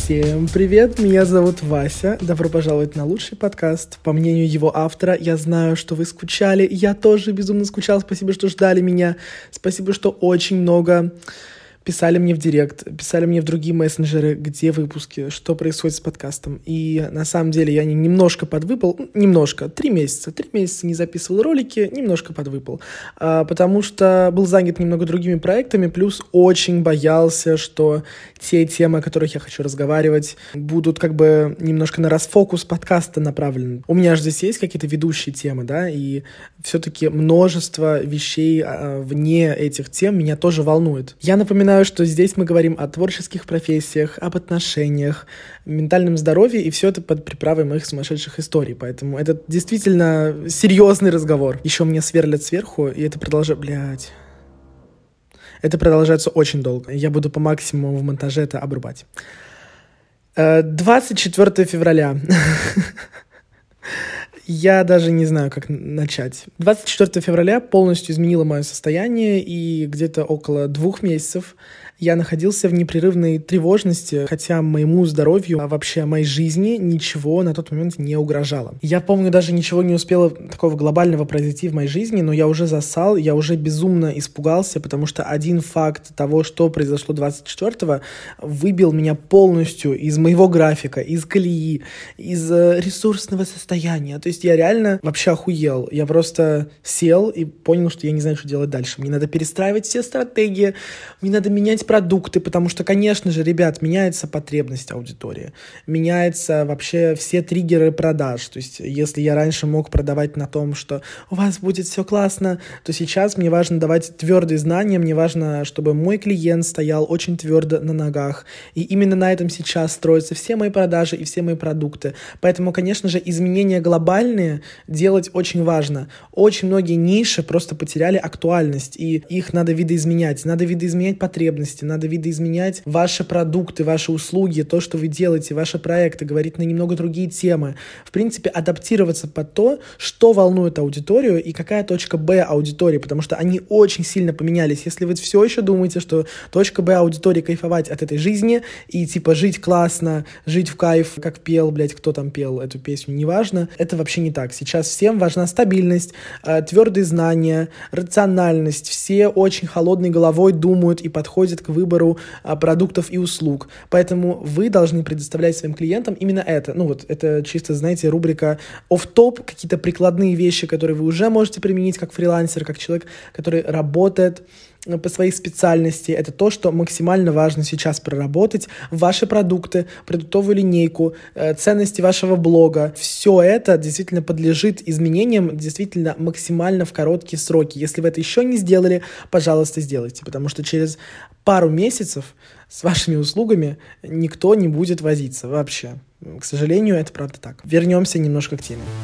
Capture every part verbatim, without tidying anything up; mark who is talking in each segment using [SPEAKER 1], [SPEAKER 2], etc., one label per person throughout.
[SPEAKER 1] Всем привет, меня зовут Вася, добро пожаловать на лучший подкаст. По мнению его автора, я знаю, что вы скучали, я тоже безумно скучал, спасибо, что ждали меня, спасибо, что очень много писали мне в директ, писали мне в другие мессенджеры, где выпуски, что происходит с подкастом. И на самом деле я немножко подвыпал, немножко, три месяца, три месяца не записывал ролики, немножко подвыпал, а, потому что был занят немного другими проектами, плюс очень боялся, что те темы, о которых я хочу разговаривать, будут как бы немножко на расфокус подкаста направлены. У меня же здесь есть какие-то ведущие темы, да, и все-таки множество вещей а, вне этих тем меня тоже волнует. Я напоминаю, что здесь мы говорим о творческих профессиях, об отношениях, ментальном здоровье, и все это под приправой моих сумасшедших историй. Поэтому это действительно серьезный разговор. Еще мне сверлят сверху, и это продолжается... Блядь. Это продолжается очень долго. Я буду по максимуму в монтаже это обрубать. двадцать четвёртого февраля. Я даже не знаю, как начать. двадцать четвёртого февраля полностью изменило мое состояние, и где-то около двух месяцев я находился в непрерывной тревожности, хотя моему здоровью, а вообще моей жизни ничего на тот момент не угрожало. Я помню, даже ничего не успело такого глобального произойти в моей жизни, но я уже засал, я уже безумно испугался, потому что один факт того, что произошло двадцать четвёртого, выбил меня полностью из моего графика, из колеи, из ресурсного состояния. То есть я реально вообще охуел. Я просто сел и понял, что я не знаю, что делать дальше. Мне надо перестраивать все стратегии, мне надо менять продукты, потому что, конечно же, ребят, меняется потребность аудитории, меняются вообще все триггеры продаж. То есть если я раньше мог продавать на том, что у вас будет все классно, то сейчас мне важно давать твердые знания, мне важно, чтобы мой клиент стоял очень твердо на ногах. И именно на этом сейчас строятся все мои продажи и все мои продукты. Поэтому, конечно же, изменения глобальные делать очень важно. Очень многие ниши просто потеряли актуальность, и их надо видоизменять. Надо видоизменять потребности, надо видоизменять ваши продукты, ваши услуги, то, что вы делаете, ваши проекты, говорить на немного другие темы. В принципе, адаптироваться под то, что волнует аудиторию и какая точка Б аудитории, потому что они очень сильно поменялись. Если вы все еще думаете, что точка Б аудитории кайфовать от этой жизни и типа жить классно, жить в кайф, как пел, блядь, кто там пел эту песню, неважно, это вообще не так. Сейчас всем важна стабильность, твердые знания, рациональность. Все очень холодной головой думают и подходят к выбору а, продуктов и услуг. Поэтому вы должны предоставлять своим клиентам именно это. Ну вот, это чисто, знаете, рубрика офф-топ, какие-то прикладные вещи, которые вы уже можете применить как фрилансер, как человек, который работает по своей специальности. Это то, что максимально важно сейчас проработать. Ваши продукты, продуктовую линейку, ценности вашего блога. Все это действительно подлежит изменениям действительно максимально в короткие сроки. Если вы это еще не сделали, пожалуйста, сделайте. Потому что через пару месяцев с вашими услугами никто не будет возиться вообще. К сожалению, это правда так. Вернемся немножко к теме.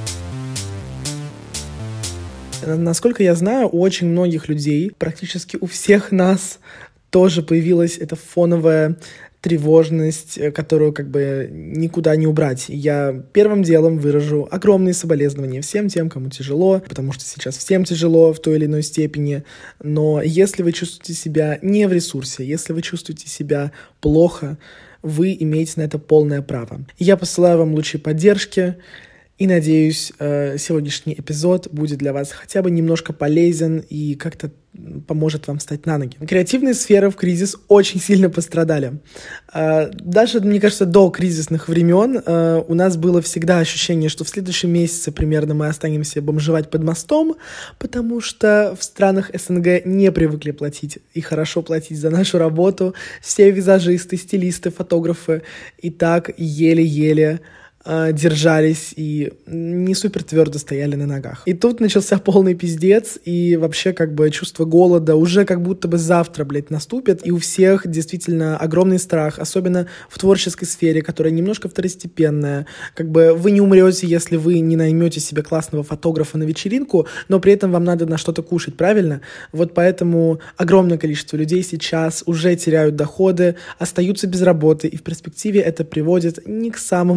[SPEAKER 1] Насколько я знаю, у очень многих людей, практически у всех нас, тоже появилась эта фоновая тревожность, которую как бы никуда не убрать. Я первым делом выражу огромные соболезнования всем тем, кому тяжело, потому что сейчас всем тяжело в той или иной степени, но если вы чувствуете себя не в ресурсе, если вы чувствуете себя плохо, вы имеете на это полное право. Я посылаю вам лучи поддержки, и надеюсь, сегодняшний эпизод будет для вас хотя бы немножко полезен и как-то поможет вам встать на ноги. Креативные сферы в кризис очень сильно пострадали. Даже, мне кажется, до кризисных времен у нас было всегда ощущение, что в следующем месяце примерно мы останемся бомжевать под мостом, потому что в странах СНГ не привыкли платить и хорошо платить за нашу работу. Все визажисты, стилисты, фотографы и так еле-еле держались и не супер твердо стояли на ногах. И тут начался полный пиздец, и вообще как бы чувство голода уже как будто бы завтра, блядь, наступит, и у всех действительно огромный страх, особенно в творческой сфере, которая немножко второстепенная. Как бы вы не умрете, если вы не наймете себе классного фотографа на вечеринку, но при этом вам надо на что-то кушать, правильно? Вот поэтому огромное количество людей сейчас уже теряют доходы, остаются без работы, и в перспективе это приводит не к самым радужным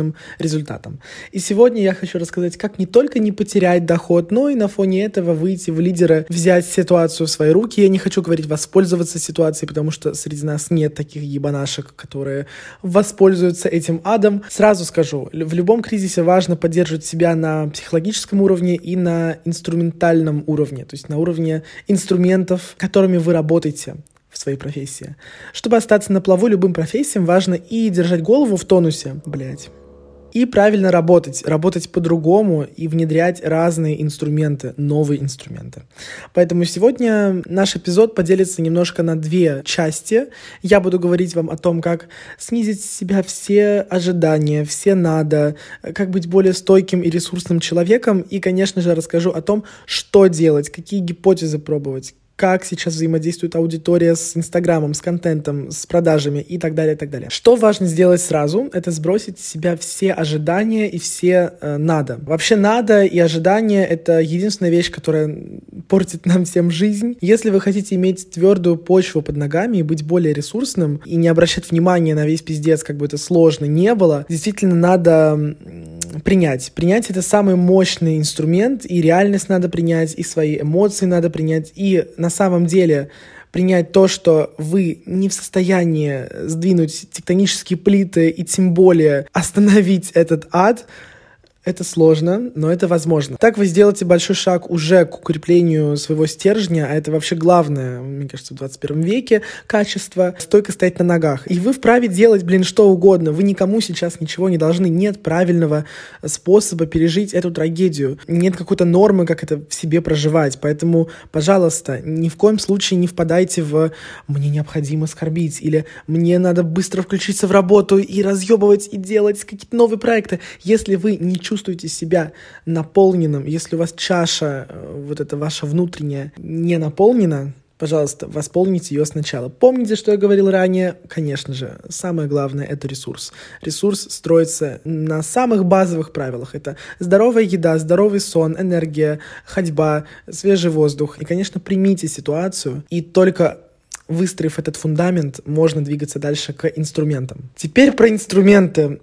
[SPEAKER 1] классным результатам. И сегодня я хочу рассказать, как не только не потерять доход, но и на фоне этого выйти в лидеры, взять ситуацию в свои руки. Я не хочу говорить воспользоваться ситуацией, потому что среди нас нет таких ебанашек, которые воспользуются этим адом. Сразу скажу, в любом кризисе важно поддерживать себя на психологическом уровне и на инструментальном уровне, то есть на уровне инструментов, которыми вы работаете в своей профессии. Чтобы остаться на плаву любым профессиям, важно и держать голову в тонусе, блять, и правильно работать, работать по-другому и внедрять разные инструменты, новые инструменты. Поэтому сегодня наш эпизод поделится немножко на две части. Я буду говорить вам о том, как снизить с себя все ожидания, все надо, как быть более стойким и ресурсным человеком. И, конечно же, расскажу о том, что делать, какие гипотезы пробовать, как сейчас взаимодействует аудитория с Инстаграмом, с контентом, с продажами и так далее, и так далее. Что важно сделать сразу, это сбросить с себя все ожидания и все э, надо. Вообще надо и ожидания — это единственная вещь, которая портит нам всем жизнь. Если вы хотите иметь твердую почву под ногами и быть более ресурсным, и не обращать внимания на весь пиздец, как бы это сложно не было, действительно надо принять. Принять — это самый мощный инструмент, и реальность надо принять, и свои эмоции надо принять, и на самом деле принять то, что вы не в состоянии сдвинуть тектонические плиты и тем более остановить этот ад. Это сложно, но это возможно. Так вы сделаете большой шаг уже к укреплению своего стержня, а это вообще главное, мне кажется, в двадцать первом веке, качество, стойко стоять на ногах. И вы вправе делать, блин, что угодно. Вы никому сейчас ничего не должны. Нет правильного способа пережить эту трагедию. Нет какой-то нормы, как это в себе проживать. Поэтому, пожалуйста, ни в коем случае не впадайте в «мне необходимо скорбить» или «мне надо быстро включиться в работу и разъебывать и делать какие-то новые проекты». Если вы не чувствуете чувствуете себя наполненным, если у вас чаша, вот эта ваша внутренняя, не наполнена, пожалуйста, восполните ее сначала. Помните, что я говорил ранее? Конечно же, самое главное — это ресурс. Ресурс строится на самых базовых правилах. Это здоровая еда, здоровый сон, энергия, ходьба, свежий воздух. И, конечно, примите ситуацию, и только выстроив этот фундамент, можно двигаться дальше к инструментам. Теперь про инструменты.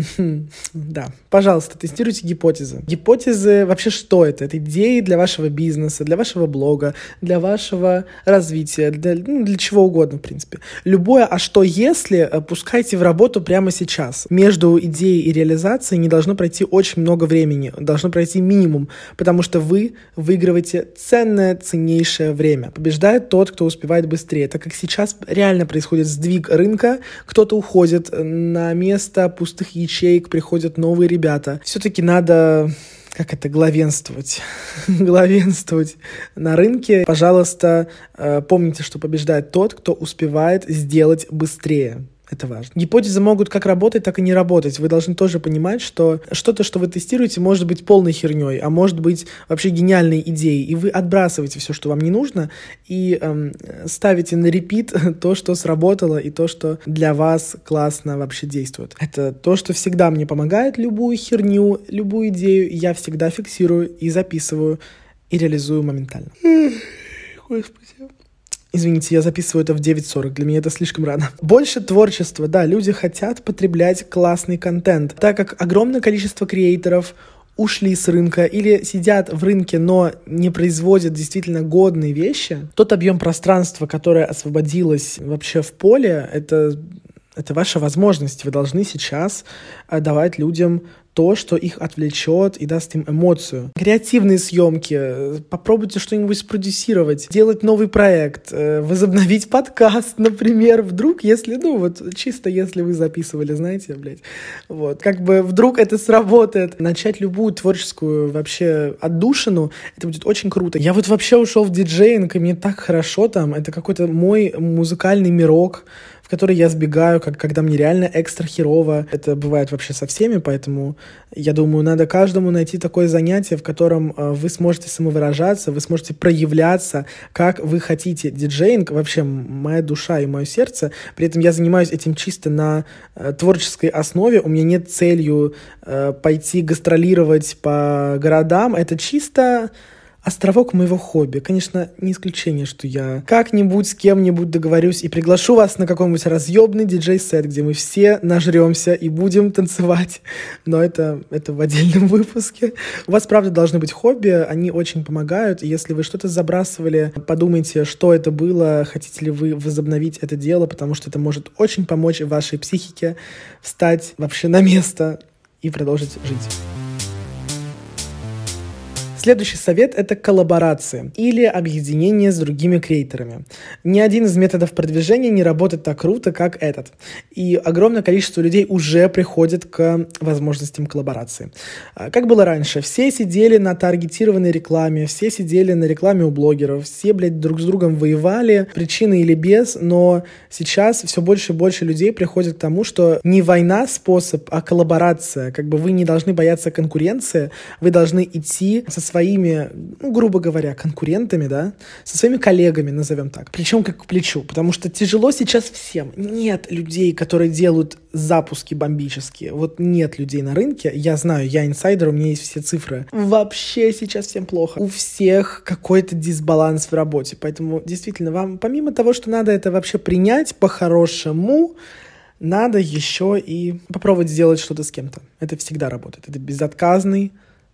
[SPEAKER 1] Да, пожалуйста, тестируйте гипотезы. Гипотезы вообще что это? Это идеи для вашего бизнеса, для вашего блога, для вашего развития, для, ну, для чего угодно, в принципе. Любое «а что если» пускайте в работу прямо сейчас. Между идеей и реализацией не должно пройти очень много времени. Должно пройти минимум, потому что вы выигрываете ценное, ценнейшее время. Побеждает тот, кто успевает быстрее. Так как сейчас реально происходит сдвиг рынка, кто-то уходит, на место пустых ячеек приходят новые ребята. Все-таки надо, как это, главенствовать. главенствовать на рынке. Пожалуйста, помните, что побеждает тот, кто успевает сделать быстрее. Это важно. Гипотезы могут как работать, так и не работать. Вы должны тоже понимать, что что-то, что вы тестируете, может быть полной херней, а может быть вообще гениальной идеей. И вы отбрасываете все, что вам не нужно, и эм, ставите на репит то, что сработало, и то, что для вас классно вообще действует. Это то, что всегда мне помогает. Любую херню, любую идею я всегда фиксирую и записываю, и реализую моментально. Господи. Извините, я записываю это в девять сорок, для меня это слишком рано. Больше творчества, да, люди хотят потреблять классный контент, так как огромное количество креаторов ушли с рынка или сидят в рынке, но не производят действительно годные вещи. Тот объем пространства, которое освободилось вообще в поле, это, это ваша возможность. Вы должны сейчас давать людям то, что их отвлечет и даст им эмоцию. Креативные съемки, попробуйте что-нибудь спродюсировать, делать новый проект, возобновить подкаст, например, вдруг, если, ну вот, чисто если вы записывали, знаете, блядь, вот, как бы вдруг это сработает. Начать любую творческую вообще отдушину, это будет очень круто. Я вот вообще ушел в диджеинг, и мне так хорошо там, это какой-то мой музыкальный мирок, в который я сбегаю, как, когда мне реально экстра херово. Это бывает вообще со всеми, поэтому я думаю, надо каждому найти такое занятие, в котором э, вы сможете самовыражаться, вы сможете проявляться, как вы хотите. Диджеинг, вообще моя душа и мое сердце, при этом я занимаюсь этим чисто на э, творческой основе, у меня нет целью э, пойти гастролировать по городам, это чисто островок моего хобби. Конечно, не исключение, что я как-нибудь с кем-нибудь договорюсь и приглашу вас на какой-нибудь разъебный диджей-сет, где мы все нажремся и будем танцевать. Но это, это в отдельном выпуске. У вас, правда, должны быть хобби, они очень помогают. И если вы что-то забрасывали, подумайте, что это было, хотите ли вы возобновить это дело, потому что это может очень помочь вашей психике встать вообще на место и продолжить жить. Следующий совет — это коллаборации или объединение с другими креаторами. Ни один из методов продвижения не работает так круто, как этот. И огромное количество людей уже приходит к возможностям коллаборации. Как было раньше, все сидели на таргетированной рекламе, все сидели на рекламе у блогеров, все, блядь, друг с другом воевали, причиной или без, но сейчас все больше и больше людей приходят к тому, что не война способ, а коллаборация. Как бы вы не должны бояться конкуренции, вы должны идти со своей своими, ну, грубо говоря, конкурентами, да, со своими коллегами, назовем так, плечом как к плечу, потому что тяжело сейчас всем. Нет людей, которые делают запуски бомбические. Вот нет людей на рынке. Я знаю, я инсайдер, у меня есть все цифры. Вообще сейчас всем плохо. У всех какой-то дисбаланс в работе. Поэтому, действительно, вам, помимо того, что надо это вообще принять по-хорошему, надо еще и попробовать сделать что-то с кем-то. Это всегда работает. Это безотказный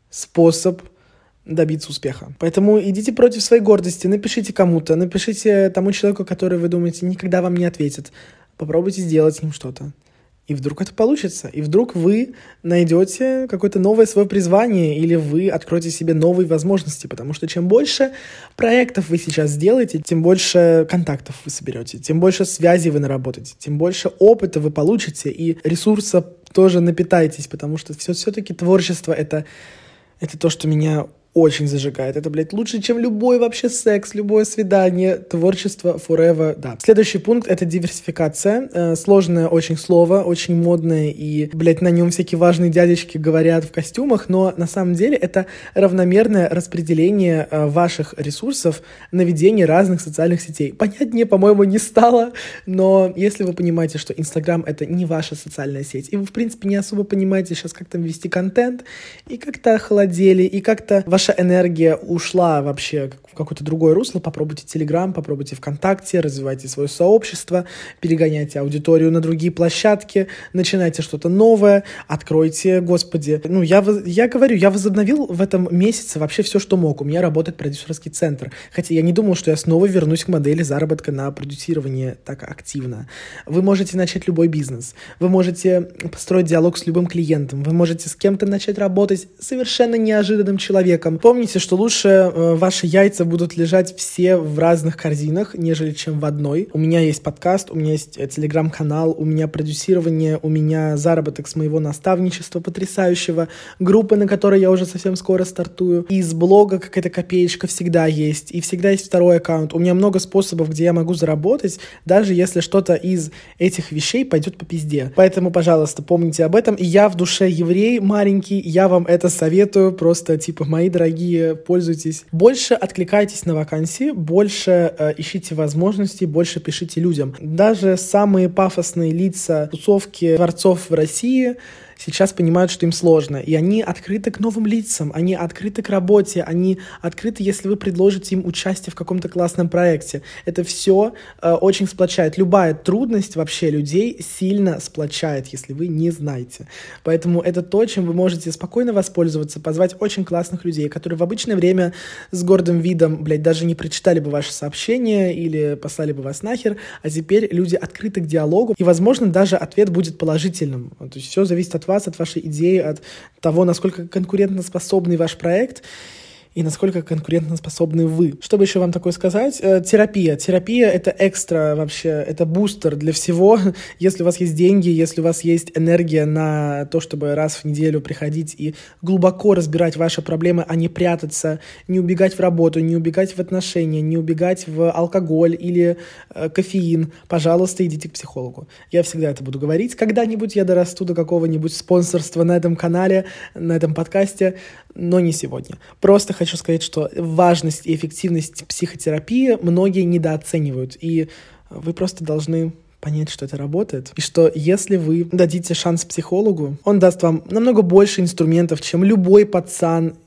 [SPEAKER 1] способ добиться успеха. Поэтому идите против своей гордости, напишите кому-то, напишите тому человеку, который вы думаете никогда вам не ответит. Попробуйте сделать с ним что-то. И вдруг это получится. И вдруг вы найдете какое-то новое свое призвание, или вы откроете себе новые возможности, потому что чем больше проектов вы сейчас сделаете, тем больше контактов вы соберете, тем больше связей вы наработаете, тем больше опыта вы получите, и ресурса тоже напитаетесь, потому что все, все-таки творчество — это, это то, что меня очень зажигает. Это, блядь, лучше, чем любой вообще секс, любое свидание, творчество forever, да. Следующий пункт — это диверсификация. Э, сложное очень слово, очень модное, и, блядь, на нем всякие важные дядечки говорят в костюмах, но на самом деле это равномерное распределение э, ваших ресурсов на ведение разных социальных сетей. Понятнее, по-моему, не стало, но если вы понимаете, что Инстаграм — это не ваша социальная сеть, и вы, в принципе, не особо понимаете сейчас, как там вести контент, и как-то охладели, и как-то ваш Ваша энергия ушла вообще в какое-то другое русло, попробуйте Телеграм, попробуйте ВКонтакте, развивайте свое сообщество, перегоняйте аудиторию на другие площадки, начинайте что-то новое, откройте, господи. Ну, я, я говорю, я возобновил в этом месяце вообще все, что мог. У меня работает продюсерский центр. Хотя я не думал, что я снова вернусь к модели заработка на продюсирование так активно. Вы можете начать любой бизнес. Вы можете построить диалог с любым клиентом. Вы можете с кем-то начать работать совершенно неожиданным человеком. Помните, что лучше э, ваши яйца будут лежать все в разных корзинах, нежели чем в одной. У меня есть подкаст, у меня есть телеграм-канал, у меня продюсирование, у меня заработок с моего наставничества потрясающего, группа, на которой я уже совсем скоро стартую. И из блога какая-то копеечка всегда есть, и всегда есть второй аккаунт. У меня много способов, где я могу заработать, даже если что-то из этих вещей пойдет по пизде. Поэтому, пожалуйста, помните об этом. И я в душе еврей маленький, я вам это советую, просто типа мои дорогие, пользуйтесь. Больше откликайтесь на вакансии, больше э, ищите возможности, больше пишите людям. Даже самые пафосные лица тусовки творцов в России сейчас понимают, что им сложно, и они открыты к новым лицам, они открыты к работе, они открыты, если вы предложите им участие в каком-то классном проекте. Это все э, очень сплочает. Любая трудность вообще людей сильно сплочает, если вы не знаете. Поэтому это то, чем вы можете спокойно воспользоваться, позвать очень классных людей, которые в обычное время с гордым видом, блядь, даже не прочитали бы ваше сообщение или послали бы вас нахер, а теперь люди открыты к диалогу, и, возможно, даже ответ будет положительным. То есть все зависит от вас, от вашей идеи, от того, насколько конкурентоспособный ваш проект и насколько конкурентоспособны вы. Что бы еще вам такое сказать? Э, терапия. Терапия — это экстра вообще, это бустер для всего. Если у вас есть деньги, если у вас есть энергия на то, чтобы раз в неделю приходить и глубоко разбирать ваши проблемы, а не прятаться, не убегать в работу, не убегать в отношения, не убегать в алкоголь или э, кофеин, пожалуйста, идите к психологу. Я всегда это буду говорить. Когда-нибудь я дорасту до какого-нибудь спонсорства на этом канале, на этом подкасте, но не сегодня. Просто хочу сказать, что важность и эффективность психотерапии многие недооценивают, и вы просто должны понять, что это работает, и что если вы дадите шанс психологу, он даст вам намного больше инструментов, чем любой пацан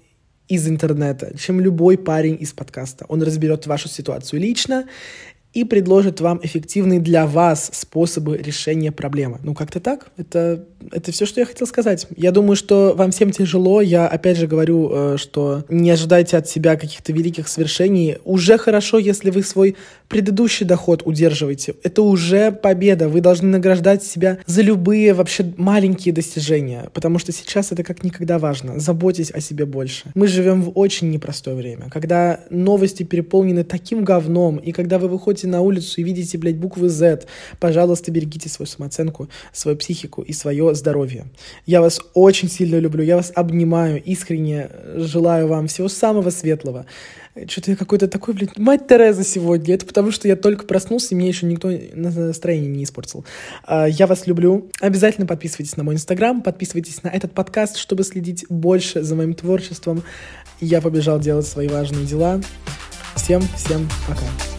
[SPEAKER 1] из интернета, чем любой парень из подкаста. Он разберет вашу ситуацию лично и предложит вам эффективные для вас способы решения проблемы. Ну, как-то так. Это, это все, что я хотел сказать. Я думаю, что вам всем тяжело. Я опять же говорю, что не ожидайте от себя каких-то великих свершений. Уже хорошо, если вы свой предыдущий доход удерживаете. Это уже победа. Вы должны награждать себя за любые вообще маленькие достижения, потому что сейчас это как никогда важно. Заботьтесь о себе больше. Мы живем в очень непростое время, когда новости переполнены таким говном, и когда вы выходите на улицу и видите, блядь, буквы Z, пожалуйста, берегите свою самооценку, свою психику и свое здоровье. Я вас очень сильно люблю, я вас обнимаю, искренне желаю вам всего самого светлого. Что-то я какой-то такой, блядь, мать Тереза сегодня. Это потому, что я только проснулся, и мне еще никто настроение не испортил. Я вас люблю. Обязательно подписывайтесь на мой инстаграм, подписывайтесь на этот подкаст, чтобы следить больше за моим творчеством. Я побежал делать свои важные дела. Всем, всем пока.